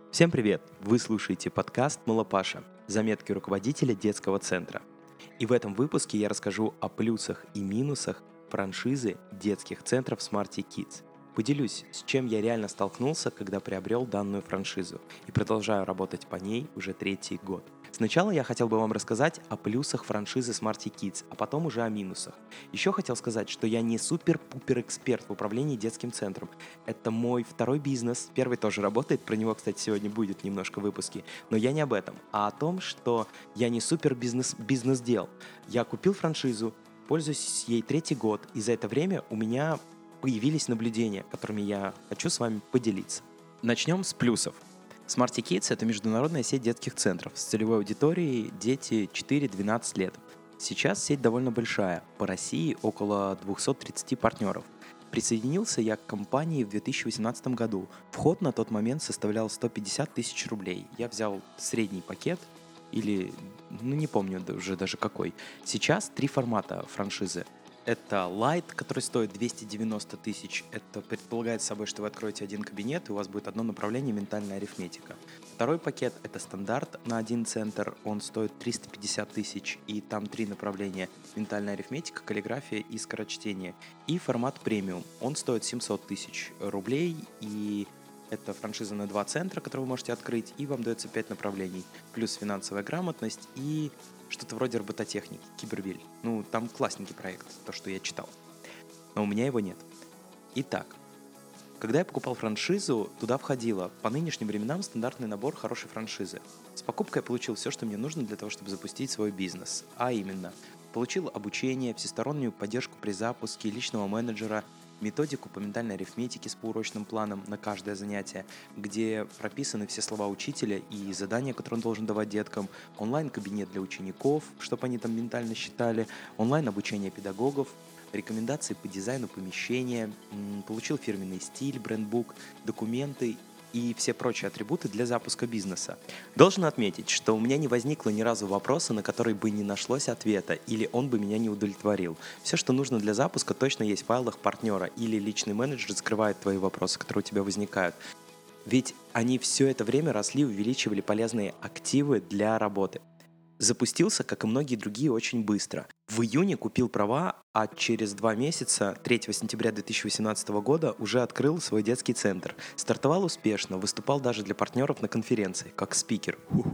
Всем привет! Вы слушаете подкаст «Малопаша. Заметки руководителя детского центра». И в этом выпуске я расскажу о плюсах и минусах франшизы детских центров Smarty Kids. Поделюсь, с чем я реально столкнулся, когда приобрел данную франшизу, и продолжаю работать по ней уже третий год. Сначала я хотел бы вам рассказать о плюсах франшизы Smarty Kids, а потом уже о минусах. Еще хотел сказать, что я не супер-пупер эксперт в управлении детским центром. Это мой второй бизнес, первый тоже работает, про него, кстати, сегодня будет немножко в выпуске, но я не об этом, а о том, что я не супер бизнес-дел. Я купил франшизу, пользуюсь ей третий год, и за это время у меня появились наблюдения, которыми я хочу с вами поделиться. Начнем с плюсов. Smarty Kids — это международная сеть детских центров с целевой аудиторией дети 4-12 лет. Сейчас сеть довольно большая, по России около 230 партнеров. Присоединился я к компании в 2018 году. Вход на тот момент составлял 150 тысяч рублей. Я взял средний пакет, или, не помню уже даже какой. Сейчас 3 формата франшизы. Это Light, который стоит 290 тысяч. Это предполагает собой, что вы откроете один кабинет, и у вас будет одно направление — ментальная арифметика. Второй пакет — это стандарт на один центр. Он стоит 350 тысяч, и там 3 направления: ментальная арифметика, каллиграфия и скорочтение. И формат премиум. Он стоит 700 тысяч рублей, и это франшиза на 2 центра, которые вы можете открыть, и вам дается 5 направлений. Плюс финансовая грамотность и что-то вроде робототехники, Кибервиль. Там классненький проект, то, что я читал. Но у меня его нет. Итак, когда я покупал франшизу, туда входило по нынешним временам стандартный набор хорошей франшизы. С покупкой я получил все, что мне нужно для того, чтобы запустить свой бизнес. А именно, получил обучение, всестороннюю поддержку при запуске, личного менеджера, методику по ментальной арифметике с поурочным планом на каждое занятие, где прописаны все слова учителя и задания, которые он должен давать деткам, онлайн-кабинет для учеников, чтобы они там ментально считали, онлайн-обучение педагогов, рекомендации по дизайну помещения, получил фирменный стиль, брендбук, документы и все прочие атрибуты для запуска бизнеса. Должен отметить, что у меня не возникло ни разу вопроса, на который бы не нашлось ответа, или он бы меня не удовлетворил. Все, что нужно для запуска, точно есть в файлах партнера, или личный менеджер скрывает твои вопросы, которые у тебя возникают. Ведь они все это время росли, увеличивали полезные активы для работы. Запустился, как и многие другие, очень быстро. В июне купил права, а через 2 месяца, 3 сентября 2018 года, уже открыл свой детский центр. Стартовал успешно, выступал даже для партнеров на конференции, как спикер.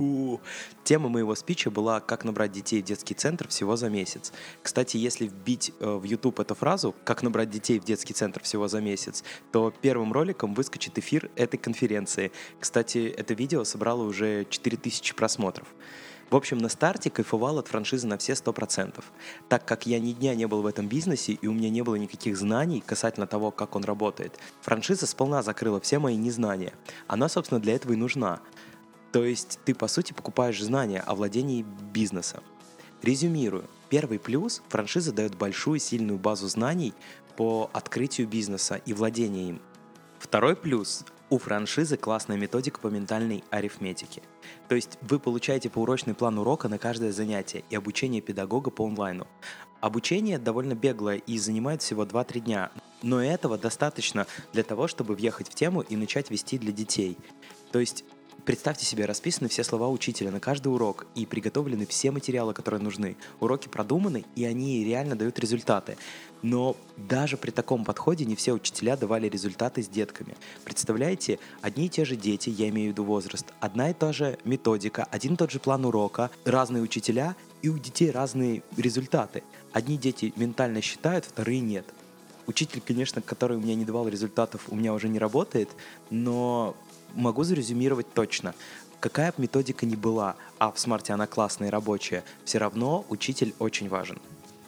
Тема моего спича была «Как набрать детей в детский центр всего за месяц». Кстати, если вбить в YouTube эту фразу «Как набрать детей в детский центр всего за месяц», то первым роликом выскочит эфир этой конференции. Кстати, это видео собрало уже 4000 просмотров. В общем, на старте кайфовал от франшизы на все 100%. Так как я ни дня не был в этом бизнесе и у меня не было никаких знаний касательно того, как он работает, франшиза сполна закрыла все мои незнания. Она, собственно, для этого и нужна. То есть ты, по сути, покупаешь знания о владении бизнесом. Резюмирую. Первый плюс – франшиза дает большую сильную базу знаний по открытию бизнеса и владению им. Второй плюс – у франшизы классная методика по ментальной арифметике. То есть вы получаете поурочный план урока на каждое занятие и обучение педагога по онлайну. Обучение довольно беглое и занимает всего 2-3 дня, но этого достаточно для того, чтобы въехать в тему и начать вести для детей. То есть представьте себе, расписаны все слова учителя на каждый урок и приготовлены все материалы, которые нужны. Уроки продуманы, и они реально дают результаты. Но даже при таком подходе не все учителя давали результаты с детками. Представляете, одни и те же дети, я имею в виду возраст, одна и та же методика, один и тот же план урока, разные учителя, и у детей разные результаты. Одни дети ментально считают, вторые нет. Учитель, конечно, который у меня не давал результатов, у меня уже не работает, но могу зарезюмировать точно. Какая бы методика ни была, а в смарте она классная и рабочая, все равно учитель очень важен.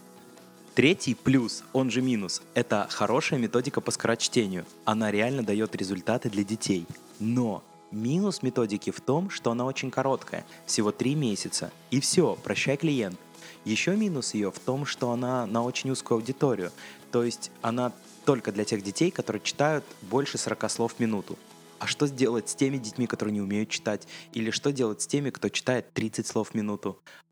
Третий плюс, он же минус, это хорошая методика по скорочтению. Она реально дает результаты для детей. Но минус методики в том, что она очень короткая, всего 3 месяца. И все, прощай, клиент. Еще минус ее в том, что она на очень узкую аудиторию. То есть она только для тех детей, которые читают больше 40 слов в минуту. А что сделать с теми детьми, которые не умеют читать? Или что делать с теми, кто читает 30 слов в минуту?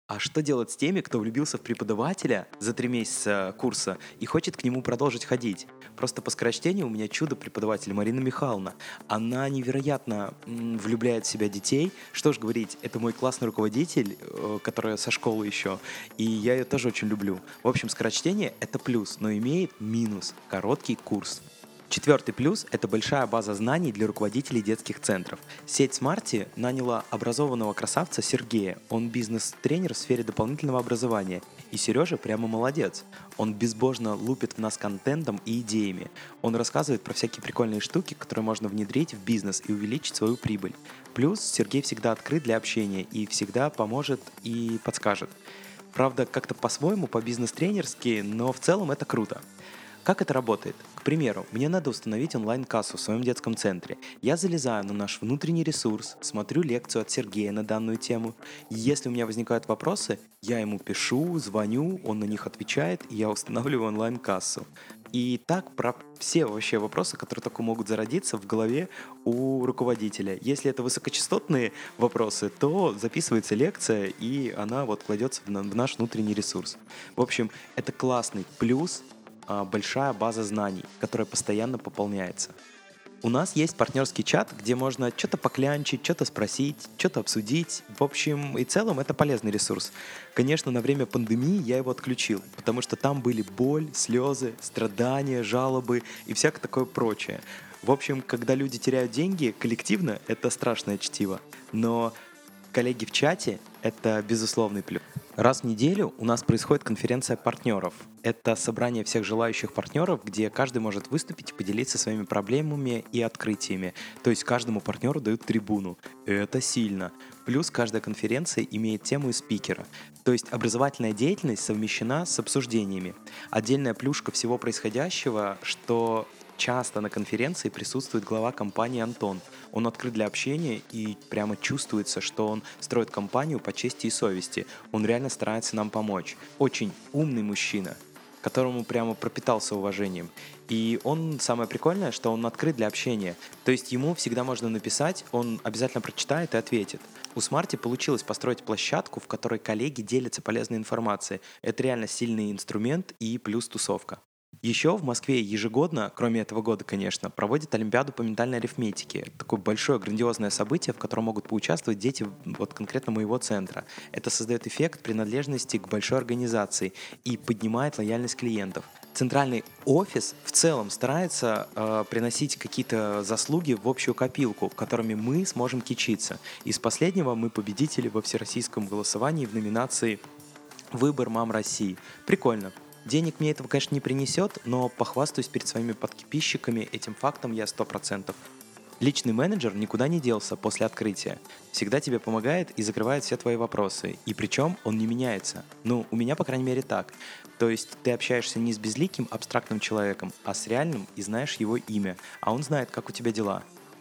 А что делать с теми, кто влюбился в преподавателя за 3 месяца курса и хочет к нему продолжить ходить? Просто по скорочтению у меня чудо-преподаватель Марина Михайловна. Она невероятно влюбляет в себя детей. Что ж говорить, это мой классный руководитель, которая со школы еще, и я ее тоже очень люблю. В общем, скорочтение — это плюс, но имеет минус — короткий курс. Четвертый плюс — это большая база знаний для руководителей детских центров. Сеть Smarty наняла образованного красавца Сергея. Он бизнес-тренер в сфере дополнительного образования. И Сережа прямо молодец. Он безбожно лупит в нас контентом и идеями. Он рассказывает про всякие прикольные штуки, которые можно внедрить в бизнес и увеличить свою прибыль. Плюс Сергей всегда открыт для общения и всегда поможет и подскажет. Правда, как-то по-своему, по-бизнес-тренерски, но в целом это круто. Как это работает? К примеру, мне надо установить онлайн-кассу в своем детском центре. Я залезаю на наш внутренний ресурс, смотрю лекцию от Сергея на данную тему. Если у меня возникают вопросы, я ему пишу, звоню, он на них отвечает, и я устанавливаю онлайн-кассу. И так про все вообще вопросы, которые только могут зародиться в голове у руководителя. Если это высокочастотные вопросы, то записывается лекция, и она вот кладется в наш внутренний ресурс. В общем, это классный плюс, большая база знаний, которая постоянно пополняется. У нас есть партнерский чат, где можно что-то поклянчить, что-то спросить, что-то обсудить. В общем и целом это полезный ресурс. Конечно, на время пандемии я его отключил, потому что там были боль, слезы, страдания, жалобы и всякое такое прочее. В общем, когда люди теряют деньги, коллективно это страшное чтиво. Но коллеги в чате — это безусловный плюс. Раз в неделю у нас происходит конференция партнеров. Это собрание всех желающих партнеров, где каждый может выступить и поделиться своими проблемами и открытиями. То есть каждому партнеру дают трибуну. Это сильно. Плюс каждая конференция имеет тему и спикера. То есть образовательная деятельность совмещена с обсуждениями. Отдельная плюшка всего происходящего, что часто на конференции присутствует глава компании Антон. Он открыт для общения, и прямо чувствуется, что он строит компанию по чести и совести. Он реально старается нам помочь. Очень умный мужчина, которому прямо пропитался уважением. И он, самое прикольное, что он открыт для общения. То есть ему всегда можно написать, он обязательно прочитает и ответит. У Smarty получилось построить площадку, в которой коллеги делятся полезной информацией. Это реально сильный инструмент и плюс тусовка. Еще в Москве ежегодно, кроме этого года, конечно, проводят Олимпиаду по ментальной арифметике. Такое большое, грандиозное событие, в котором могут поучаствовать дети вот конкретно моего центра. Это создает эффект принадлежности к большой организации и поднимает лояльность клиентов. Центральный офис в целом старается приносить какие-то заслуги в общую копилку, которыми мы сможем кичиться. Из последнего мы победители во всероссийском голосовании в номинации «Выбор мам России». Прикольно. Денег мне этого, конечно, не принесет, но похвастаюсь перед своими подписчиками этим фактом я 100%. Личный менеджер никуда не делся после открытия. Всегда тебе помогает и закрывает все твои вопросы. И причем он не меняется. Ну, у меня, по крайней мере, так. То есть ты общаешься не с безликим абстрактным человеком, а с реальным и знаешь его имя. А он знает, как у тебя дела.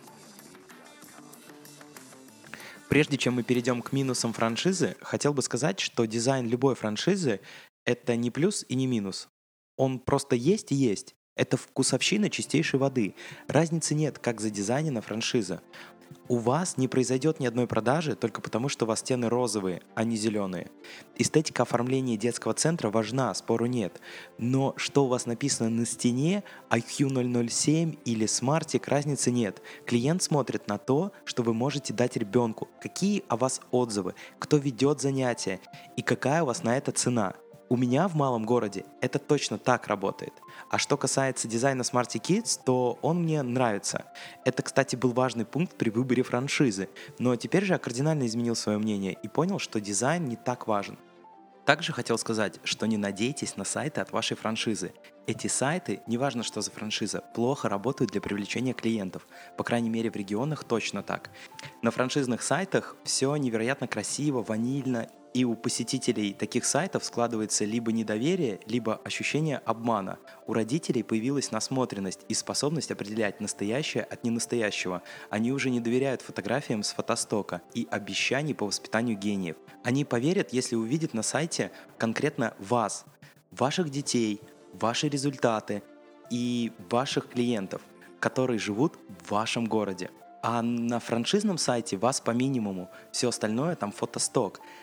Прежде чем мы перейдем к минусам франшизы, хотел бы сказать, что дизайн любой франшизы — это не плюс и не минус. Он просто есть и есть. Это вкусовщина чистейшей воды. Разницы нет, как задизайнена франшиза. У вас не произойдет ни одной продажи только потому, что у вас стены розовые, а не зеленые. Эстетика оформления детского центра важна, спору нет. Но что у вас написано на стене, IQ 007 или Smartick, разницы нет. Клиент смотрит на то, что вы можете дать ребенку, какие о вас отзывы, кто ведет занятия и какая у вас на это цена. У меня в малом городе это точно так работает. А что касается дизайна Smarty Kids, то он мне нравится. Это, кстати, был важный пункт при выборе франшизы. Но теперь же я кардинально изменил свое мнение и понял, что дизайн не так важен. Также хотел сказать, что не надейтесь на сайты от вашей франшизы. Эти сайты, неважно что за франшиза, плохо работают для привлечения клиентов. По крайней мере в регионах точно так. На франшизных сайтах все невероятно красиво, ванильно, и у посетителей таких сайтов складывается либо недоверие, либо ощущение обмана. У родителей появилась насмотренность и способность определять настоящее от ненастоящего. Они уже не доверяют фотографиям с фотостока и обещаний по воспитанию гениев. Они поверят, если увидят на сайте конкретно вас, ваших детей, ваши результаты и ваших клиентов, которые живут в вашем городе. А на франшизном сайте вас по минимуму, все остальное там фотосток.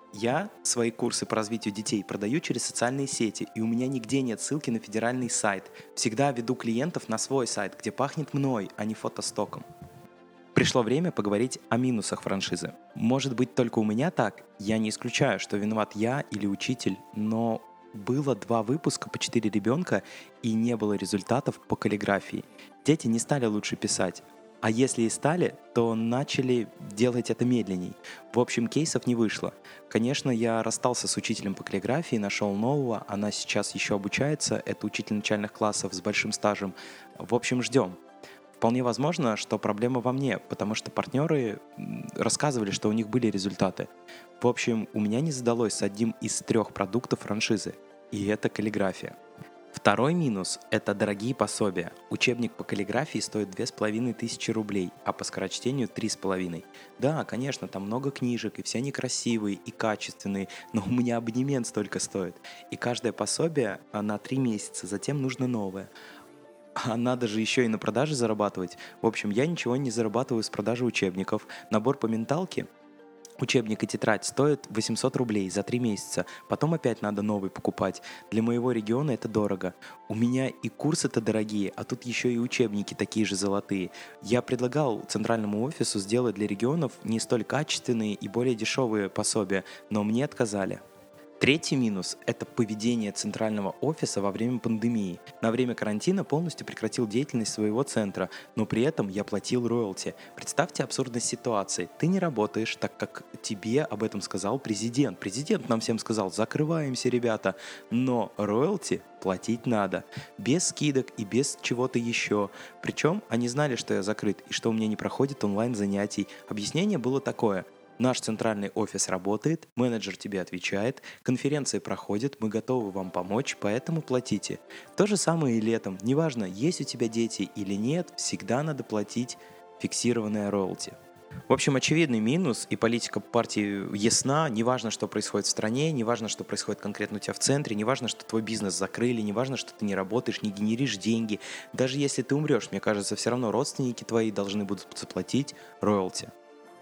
Я свои курсы по развитию детей продаю через социальные сети, и у меня нигде нет ссылки на федеральный сайт. Всегда веду клиентов на свой сайт, где пахнет мной, а не фотостоком. Пришло время поговорить о минусах франшизы. Может быть, только у меня так? Я не исключаю, что виноват я или учитель, но было 2 выпуска по 4 ребенка, и не было результатов по каллиграфии. Дети не стали лучше писать. А если и стали, то начали делать это медленней. В общем, кейсов не вышло. Конечно, я расстался с учителем по каллиграфии, нашел нового. Она сейчас еще обучается. Это учитель начальных классов с большим стажем. В общем, ждем. Вполне возможно, что проблема во мне, потому что партнеры рассказывали, что у них были результаты. В общем, у меня не задалось с одним из 3 продуктов франшизы, и это каллиграфия. Второй минус – это дорогие пособия. Учебник по каллиграфии стоит 2500 рублей, а по скорочтению 3,5. Да, конечно, там много книжек, и все они красивые и качественные, но у меня абонемент столько стоит. И каждое пособие на 3 месяца, затем нужно новое. А надо же еще и на продаже зарабатывать. В общем, я ничего не зарабатываю с продажи учебников. Набор по менталке, учебник и тетрадь стоят 800 рублей за 3 месяца. Потом опять надо новый покупать. Для моего региона это дорого. У меня и курсы-то дорогие, а тут еще и учебники такие же золотые. Я предлагал центральному офису сделать для регионов не столь качественные и более дешевые пособия, но мне отказали. Третий минус – это поведение центрального офиса во время пандемии. На время карантина полностью прекратил деятельность своего центра, но при этом я платил роялти. Представьте абсурдность ситуации. Ты не работаешь, так как тебе об этом сказал президент. Президент нам всем сказал: закрываемся, ребята, но роялти платить надо. Без скидок и без чего-то еще. Причем они знали, что я закрыт и что у меня не проходит онлайн-занятий. Объяснение было такое: наш центральный офис работает, менеджер тебе отвечает, конференции проходят, мы готовы вам помочь, поэтому платите. То же самое и летом. Неважно, есть у тебя дети или нет, всегда надо платить фиксированное роялти. В общем, очевидный минус, и политика партии ясна. Неважно, что происходит в стране, неважно, что происходит конкретно у тебя в центре, неважно, что твой бизнес закрыли, неважно, что ты не работаешь, не генеришь деньги. Даже если ты умрешь, мне кажется, все равно родственники твои должны будут заплатить роялти.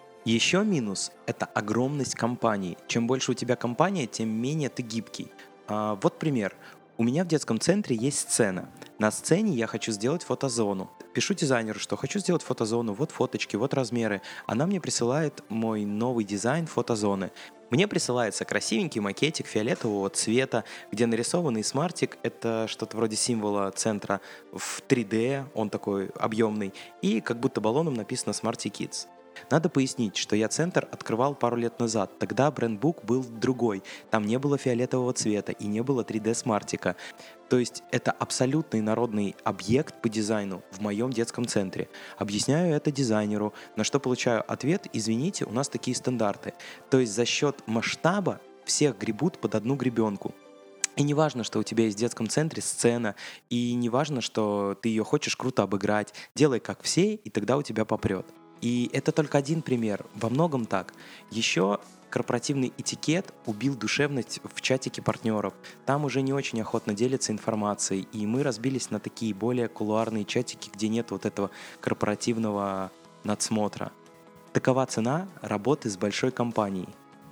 Еще минус – это огромность компании. Чем больше у тебя компания, тем менее ты гибкий. Вот пример. У меня в детском центре есть сцена. На сцене я хочу сделать фотозону. Пишу дизайнеру, что хочу сделать фотозону, вот фоточки, вот размеры. Она мне присылает мой новый дизайн фотозоны. Мне присылается красивенький макетик фиолетового цвета, где нарисованный смартик, это что-то вроде символа центра, в 3D, он такой объемный, и как будто баллоном написано Smarty Kids. Надо пояснить, что я центр открывал пару лет назад. Тогда брендбук был другой. Там не было фиолетового цвета и не было 3D-смартика. То есть это абсолютный народный объект по дизайну в моем детском центре. Объясняю это дизайнеру, на что получаю ответ: извините, у нас такие стандарты. То есть за счет масштаба всех гребут под одну гребенку. И не важно, что у тебя есть в детском центре сцена, и не важно, что ты ее хочешь круто обыграть. Делай как все, и тогда у тебя попрет. И это только один пример, во многом так. Еще корпоративный этикет убил душевность в чатике партнеров. Там уже не очень охотно делятся информацией, и мы разбились на такие более кулуарные чатики, где нет вот этого корпоративного надсмотра. Такова цена работы с большой компанией.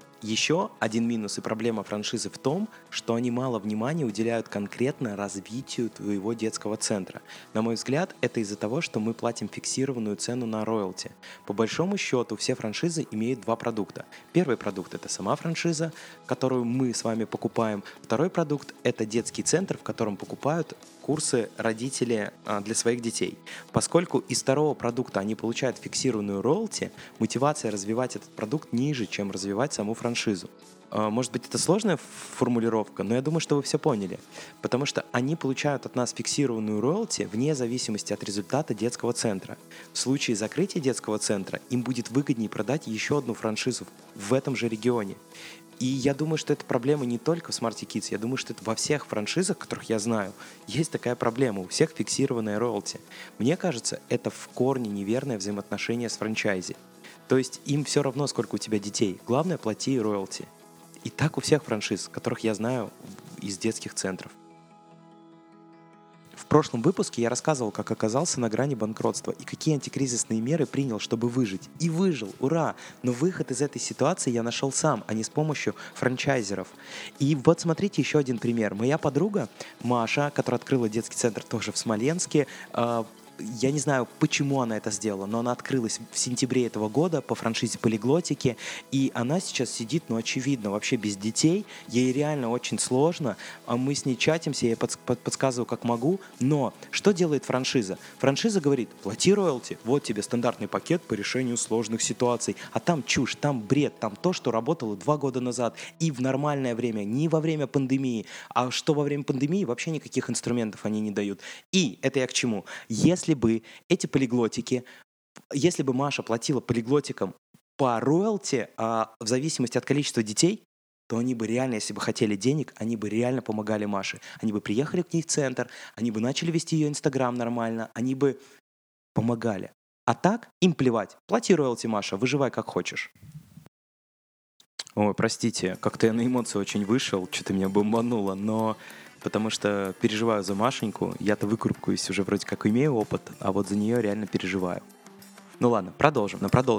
Еще один минус и проблема франшизы в том, что они мало внимания уделяют конкретно развитию твоего детского центра. На мой взгляд, это из-за того, что мы платим фиксированную цену на роялти. По большому счету, все франшизы имеют 2 продукта. Первый продукт – это сама франшиза, которую мы с вами покупаем. Второй продукт – это детский центр, в котором покупают курсы родители для своих детей. Поскольку из второго продукта они получают фиксированную роялти, мотивация развивать этот продукт ниже, чем развивать саму франшизу. Может быть, это сложная формулировка, но я думаю, что вы все поняли. Потому что они получают от нас фиксированную роялти вне зависимости от результата детского центра. В случае закрытия детского центра им будет выгоднее продать еще одну франшизу в этом же регионе. И я думаю, что это проблема не только в Smarty Kids, я думаю, что это во всех франшизах, которых я знаю, есть такая проблема, у всех фиксированная роялти. Мне кажется, это в корне неверное взаимоотношение с франчайзи. То есть им все равно, сколько у тебя детей, главное, плати роялти. И так у всех франшиз, которых я знаю из детских центров. В прошлом выпуске я рассказывал, как оказался на грани банкротства и какие антикризисные меры принял, чтобы выжить. И выжил, ура! Но выход из этой ситуации я нашел сам, а не с помощью франчайзеров. И вот смотрите еще один пример. Моя подруга Маша, которая открыла детский центр тоже в Смоленске, я не знаю, почему она это сделала, но она открылась в сентябре этого года по франшизе Полиглотики, и она сейчас сидит, ну, очевидно, вообще без детей, ей реально очень сложно, а мы с ней чатимся, я ей подсказываю, как могу, но что делает франшиза? Франшиза говорит: плати роялти, вот тебе стандартный пакет по решению сложных ситуаций, а там чушь, там бред, там то, что работало 2 года назад, и в нормальное время, не во время пандемии, а что во время пандемии, вообще никаких инструментов они не дают. И это я к чему? Если бы эти полиглотики, если бы Маша платила полиглотикам по роялти, в зависимости от количества детей, то они бы реально, если бы хотели денег, они бы реально помогали Маше. Они бы приехали к ней в центр, они бы начали вести ее Инстаграм нормально, они бы помогали. А так им плевать. Плати роялти, Маша, выживай как хочешь. Ой, простите, как-то я на эмоции очень вышел, что-то меня бомбануло, но потому что переживаю за Машеньку, я-то выкарабкаюсь, уже вроде как имею опыт, а вот за нее реально переживаю. Ну ладно, продолжим.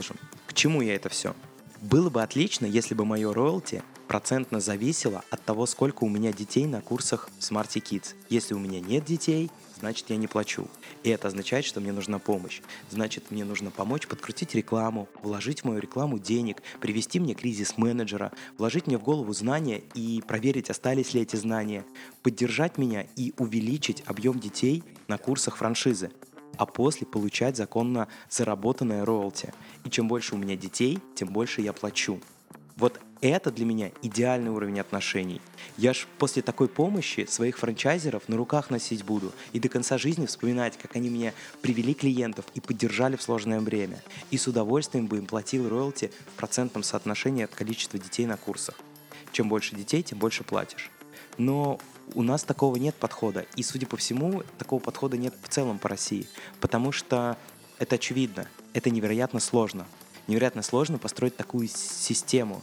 К чему я это все? Было бы отлично, если бы мое роялти процентно зависело от того, сколько у меня детей на курсах в Smarty Kids. Если у меня нет детей, значит, я не плачу. И это означает, что мне нужна помощь. Значит, мне нужно помочь подкрутить рекламу, вложить в мою рекламу денег, привести мне кризис-менеджера, вложить мне в голову знания и проверить, остались ли эти знания, поддержать меня и увеличить объем детей на курсах франшизы, а после получать законно заработанное роялти. И чем больше у меня детей, тем больше я плачу. Вот это для меня идеальный уровень отношений. Я ж после такой помощи своих франчайзеров на руках носить буду и до конца жизни вспоминать, как они меня привели клиентов и поддержали в сложное время. И с удовольствием бы им платил роялти в процентном соотношении от количества детей на курсах. Чем больше детей, тем больше платишь. Но у нас такого нет подхода. И, судя по всему, такого подхода нет в целом по России. Потому что это очевидно. Это невероятно сложно. Невероятно сложно построить такую систему.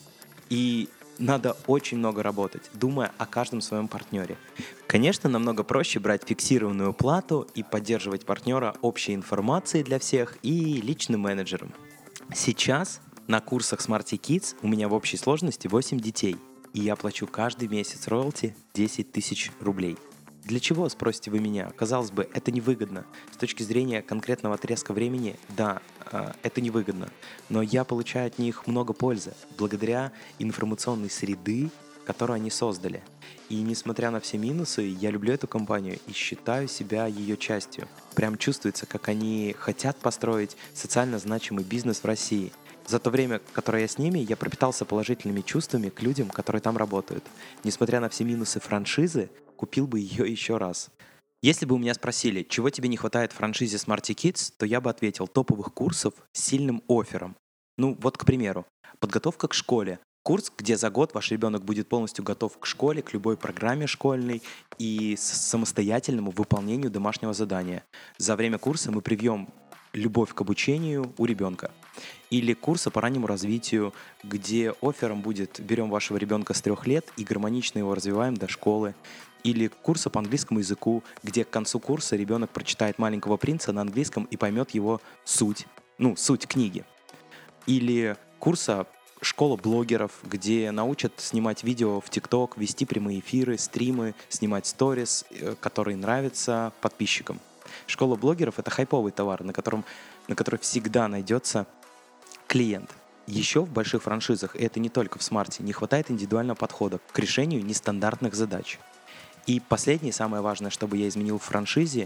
И надо очень много работать, думая о каждом своем партнере. Конечно, намного проще брать фиксированную плату и поддерживать партнера общей информацией для всех и личным менеджером. Сейчас на курсах Smarty Kids у меня в общей сложности 8 детей. И я плачу каждый месяц роялти 10 тысяч рублей. Для чего, спросите вы меня? Казалось бы, это невыгодно. С точки зрения конкретного отрезка времени, да, это невыгодно. Но я получаю от них много пользы, благодаря информационной среды, которую они создали. И несмотря на все минусы, я люблю эту компанию и считаю себя ее частью. Прям чувствуется, как они хотят построить социально значимый бизнес в России. За то время, которое я с ними, я пропитался положительными чувствами к людям, которые там работают. Несмотря на все минусы франшизы, купил бы ее еще раз. Если бы у меня спросили, чего тебе не хватает в франшизе Smarty Kids, то я бы ответил: топовых курсов с сильным оффером. Ну вот, к примеру, подготовка к школе. Курс, где за год ваш ребенок будет полностью готов к школе, к любой программе школьной и самостоятельному выполнению домашнего задания. За время курса мы привьем любовь к обучению у ребенка. Или курса по раннему развитию, где оффером будет: берем вашего ребенка с 3 лет и гармонично его развиваем до школы. Или курса по английскому языку, где к концу курса ребенок прочитает «Маленького принца» на английском и поймет его суть, суть книги. Или курса «Школа блогеров», где научат снимать видео в ТикТок, вести прямые эфиры, стримы, снимать сторис, которые нравятся подписчикам. Школа блогеров — это хайповый товар, на который всегда найдется клиент. Еще в больших франшизах, и это не только в Смарте, не хватает индивидуального подхода к решению нестандартных задач. И последнее, самое важное, чтобы я изменил в франшизе,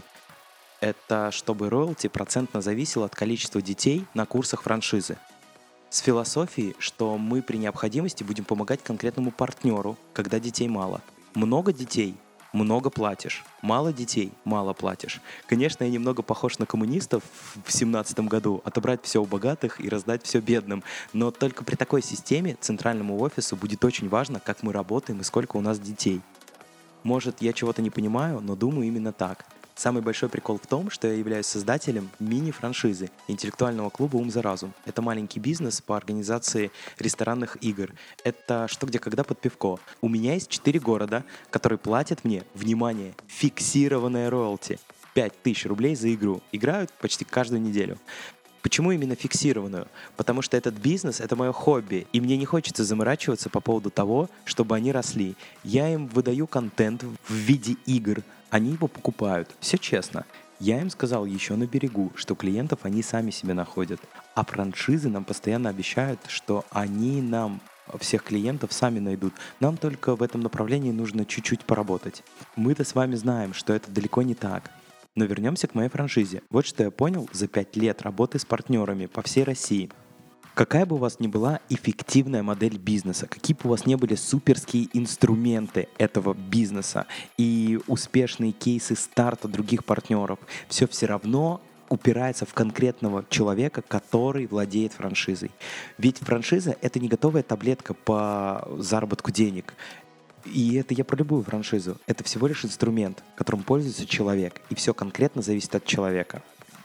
это чтобы роялти процентно зависело от количества детей на курсах франшизы. С философией, что мы при необходимости будем помогать конкретному партнеру, когда детей мало. Много детей — много платишь. Мало детей — мало платишь. Конечно, я немного похож на коммунистов в 17 году: отобрать все у богатых и раздать все бедным. Но только при такой системе центральному офису будет очень важно, как мы работаем и сколько у нас детей. Может, я чего-то не понимаю, но думаю именно так. Самый большой прикол в том, что я являюсь создателем мини-франшизы интеллектуального клуба «Ум за разум». Это маленький бизнес по организации ресторанных игр. Это что, где, когда под пивко. У меня есть 4 города, которые платят мне, внимание, фиксированное роялти. 5000 рублей за игру. Играют почти каждую неделю. Почему именно фиксированную? Потому что этот бизнес — это мое хобби, и мне не хочется заморачиваться по поводу того, чтобы они росли. Я им выдаю контент в виде игр, они его покупают. Все честно. Я им сказал еще на берегу, что клиентов они сами себе находят. А франшизы нам постоянно обещают, что они нам всех клиентов сами найдут. Нам только в этом направлении нужно чуть-чуть поработать. Мы-то с вами знаем, что это далеко не так. Но вернемся к моей франшизе. Вот что я понял за 5 лет работы с партнерами по всей России. Какая бы у вас ни была эффективная модель бизнеса, какие бы у вас ни были суперские инструменты этого бизнеса и успешные кейсы старта других партнеров, все равно упирается в конкретного человека, который владеет франшизой. Ведь франшиза — это не готовая таблетка по заработку денег. И это я про любую франшизу. Это всего лишь инструмент, которым пользуется человек. И все конкретно зависит от человека.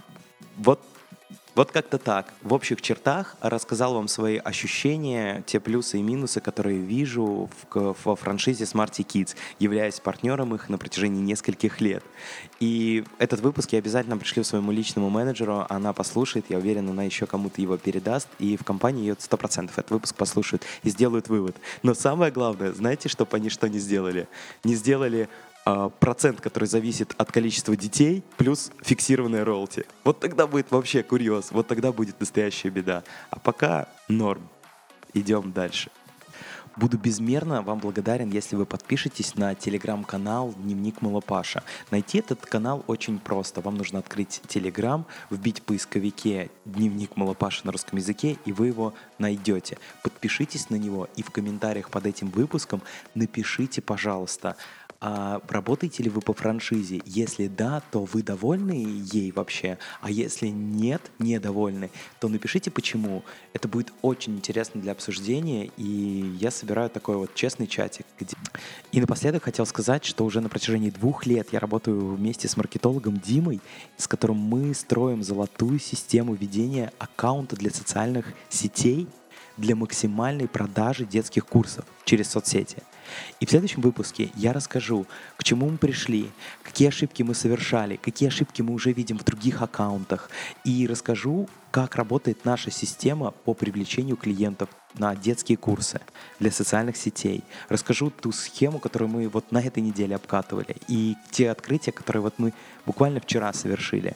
Вот как-то так. В общих чертах рассказал вам свои ощущения, те плюсы и минусы, которые вижу во франшизе Smarty Kids, являясь партнером их на протяжении нескольких лет. И этот выпуск я обязательно пришлю своему личному менеджеру, она послушает, я уверен, она еще кому-то его передаст, и в компании ее 100% этот выпуск послушают и сделают вывод. Но самое главное, знаете, чтобы они что не сделали? Не сделали процент, который зависит от количества детей, плюс фиксированные роялти. Вот тогда будет вообще курьез, вот тогда будет настоящая беда. А пока норм. Идем дальше. Буду безмерно вам благодарен, если вы подпишетесь на телеграм-канал «Дневник Малопаша». Найти этот канал очень просто. Вам нужно открыть телеграм, вбить в поисковике «Дневник Малопаша» на русском языке, и вы его найдете. Подпишитесь на него и в комментариях под этим выпуском напишите, пожалуйста, а работаете ли вы по франшизе? Если да, то вы довольны ей вообще? А если нет, недовольны, то напишите почему. Это будет очень интересно для обсуждения, и я собираю такой вот честный чатик. И напоследок хотел сказать, что уже на протяжении 2 лет я работаю вместе с маркетологом Димой, с которым мы строим золотую систему ведения аккаунта для социальных сетей для максимальной продажи детских курсов через соцсети. И в следующем выпуске я расскажу, к чему мы пришли, какие ошибки мы совершали, какие ошибки мы уже видим в других аккаунтах, и расскажу, как работает наша система по привлечению клиентов на детские курсы для социальных сетей. Расскажу ту схему, которую мы вот на этой неделе обкатывали, и те открытия, которые вот мы буквально вчера совершили.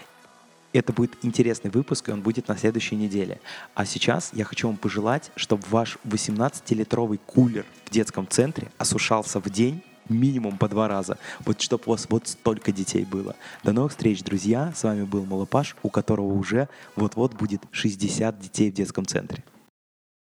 Это будет интересный выпуск, и он будет на следующей неделе. А сейчас я хочу вам пожелать, чтобы ваш 18-литровый кулер в детском центре осушался в день минимум по 2 раза. Вот чтобы у вас вот столько детей было. До новых встреч, друзья. С вами был Малопаш, у которого уже вот-вот будет 60 детей в детском центре.